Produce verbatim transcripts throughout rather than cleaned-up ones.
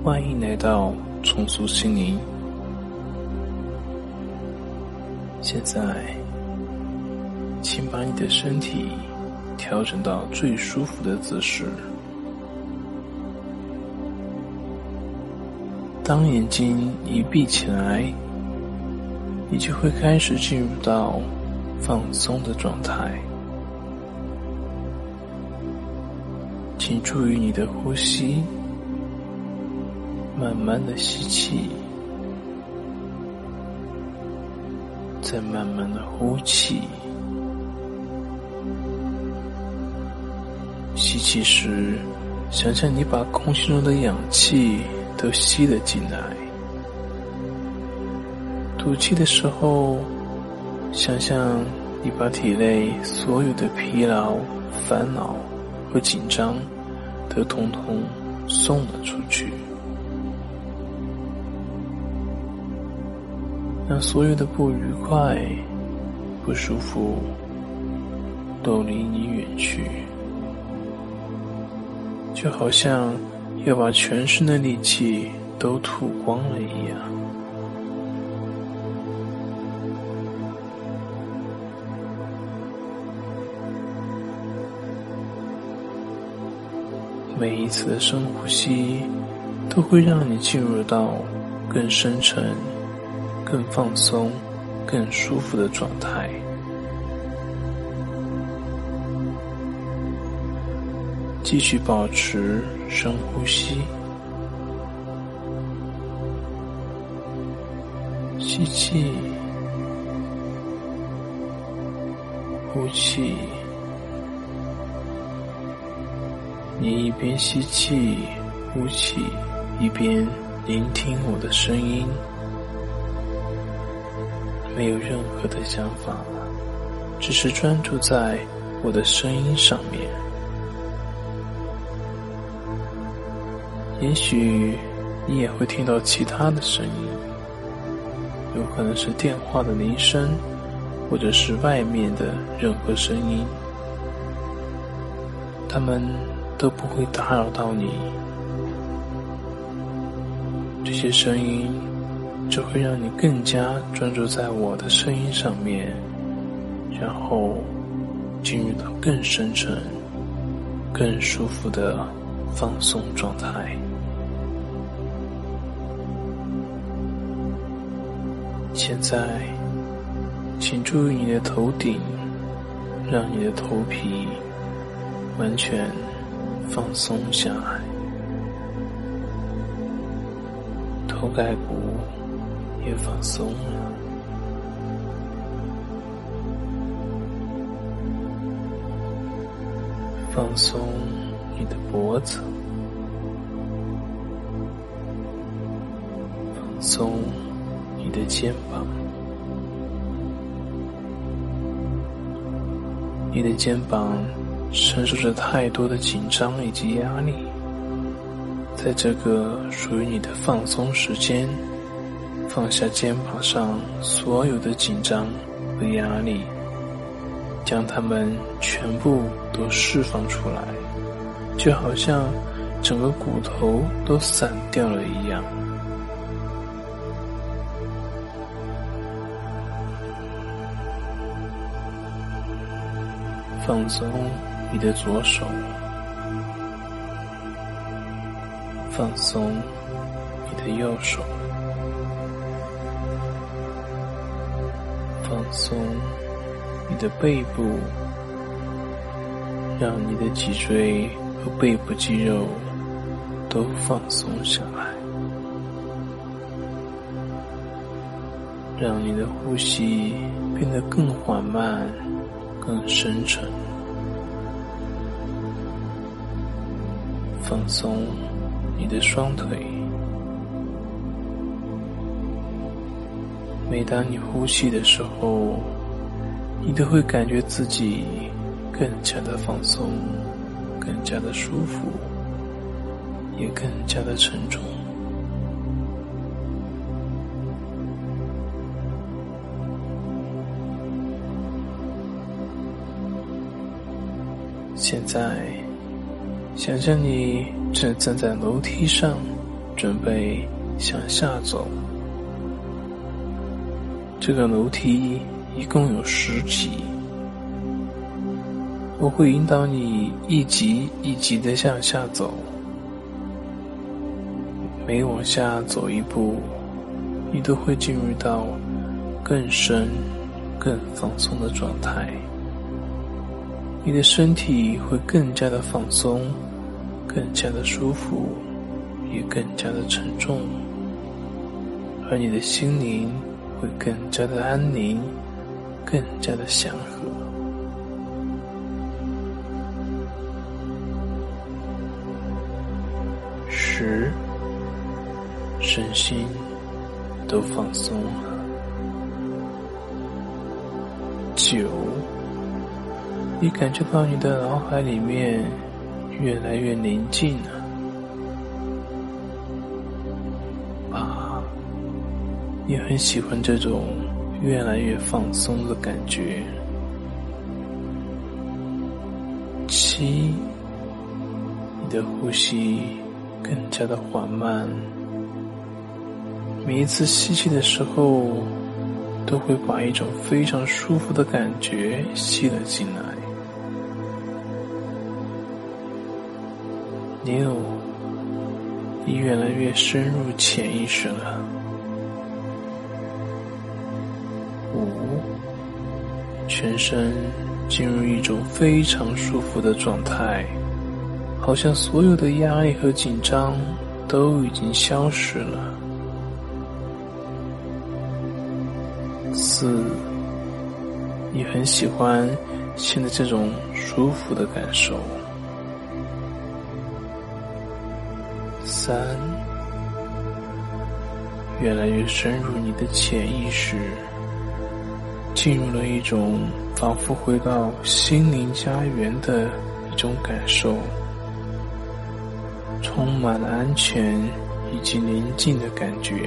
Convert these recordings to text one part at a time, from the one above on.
欢迎来到重塑心灵。现在，请把你的身体调整到最舒服的姿势。当眼睛一闭起来，你就会开始进入到放松的状态。请注意你的呼吸，慢慢的吸气，再慢慢的呼气。吸气时，想象你把空气中的氧气都吸了进来。吐气的时候，想象你把体内所有的疲劳、烦恼和紧张都统统送了出去，让所有的不愉快、不舒服都离你远去，就好像要把全身的力气都吐光了一样。每一次的深呼吸都会让你进入到更深沉、更放松、更舒服的状态。继续保持深呼吸，吸气，呼气。你一边吸气、呼气，一边聆听我的声音，没有任何的想法，只是专注在我的声音上面。也许你也会听到其他的声音，有可能是电话的铃声，或者是外面的任何声音，它们都不会打扰到你。这些声音只会让你更加专注在我的声音上面，然后进入到更深沉、更舒服的放松状态。现在，请注意你的头顶，让你的头皮完全放松下来，头盖骨也放松了，放松你的脖子，放松你的肩膀。你的肩膀承受着太多的紧张以及压力，在这个属于你的放松时间，放下肩膀上所有的紧张和压力，将它们全部都释放出来，就好像整个骨头都散掉了一样。放松你的左手，放松你的右手，放松你的背部，让你的脊椎和背部肌肉都放松下来，让你的呼吸变得更缓慢、更深沉。放松你的双腿，每当你呼气的时候，你都会感觉自己更加的放松，更加的舒服，也更加的沉重。现在，想象你正站在楼梯上， 准备向下走。这个楼梯一共有十级，我会引导你一级一级地向下走。每往下走一步，你都会进入到更深、更放松的状态。你的身体会更加的放松，更加的舒服，也更加的沉重，而你的心灵会更加的安宁，更加的祥和。十，身心都放松了。九，你感觉到你的脑海里面越来越宁静了。八，你很喜欢这种越来越放松的感觉。七，你的呼吸更加的缓慢，每一次吸气的时候都会把一种非常舒服的感觉吸了进来。六，你越来越深入潜意识了。五，全身进入一种非常舒服的状态，好像所有的压力和紧张都已经消失了。四，你很喜欢现在这种舒服的感受。三，越来越深入你的潜意识，进入了一种仿佛回到心灵家园的一种感受，充满了安全以及宁静的感觉。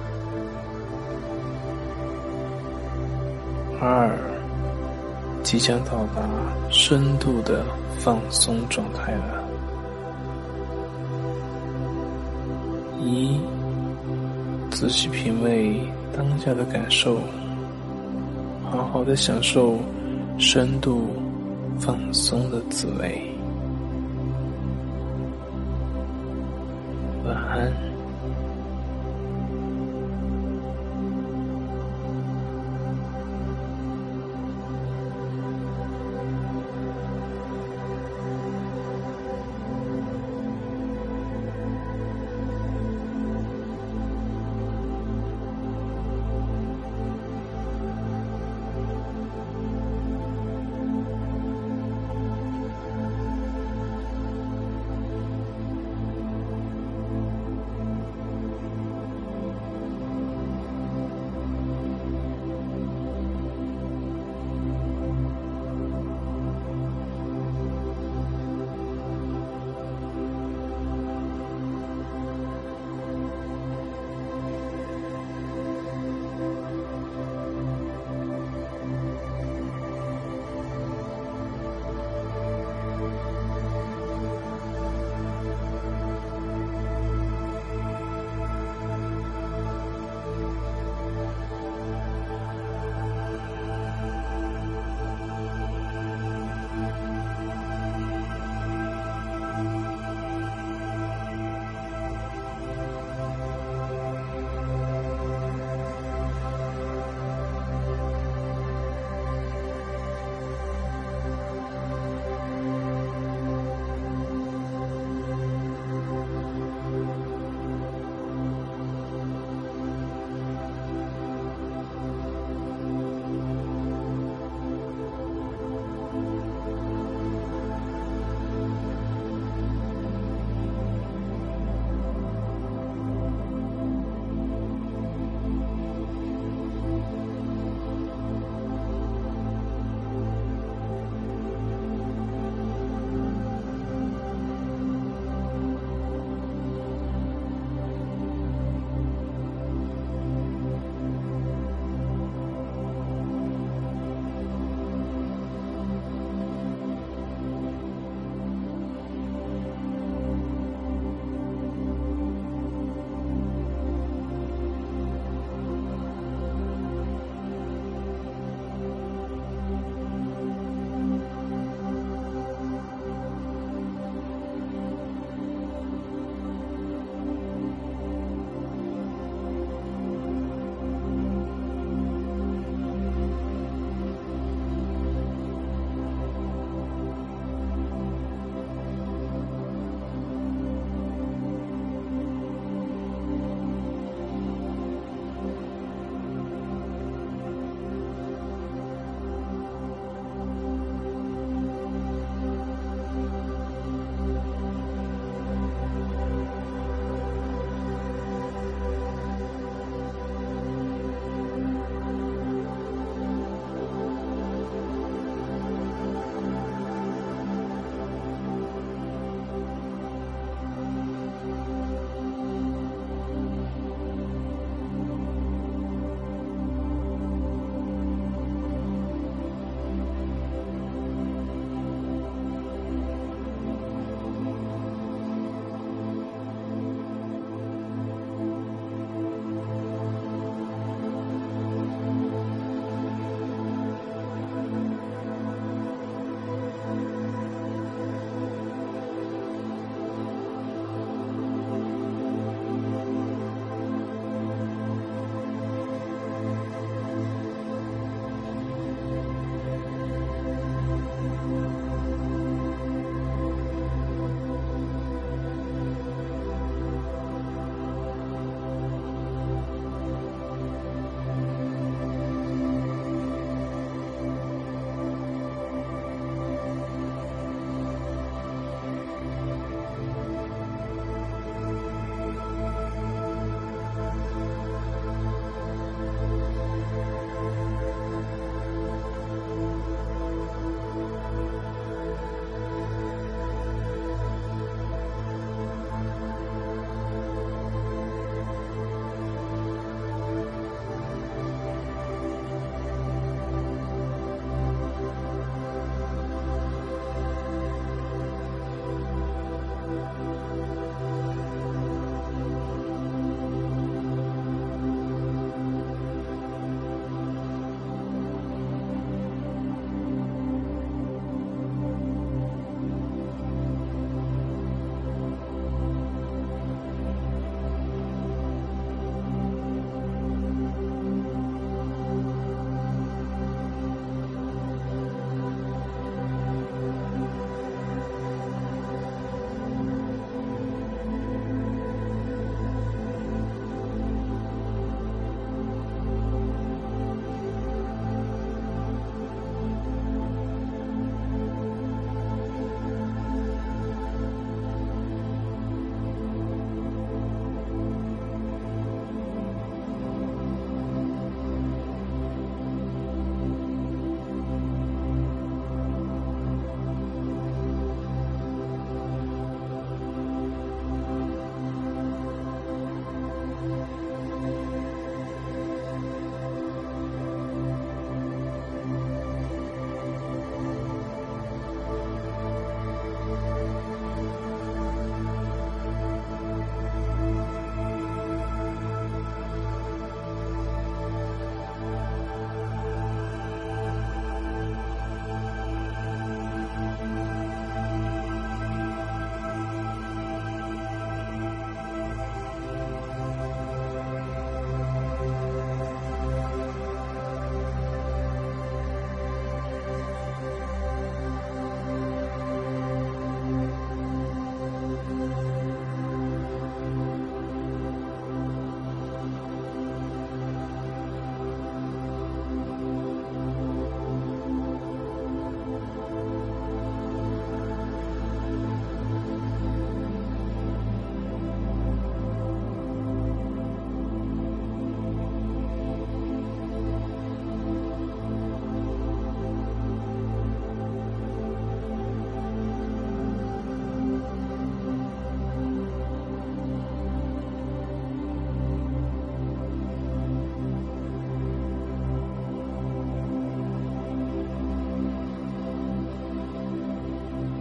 二，即将到达深度的放松状态了。一，仔细品味当下的感受，好好的享受深度放松的滋味。晚安。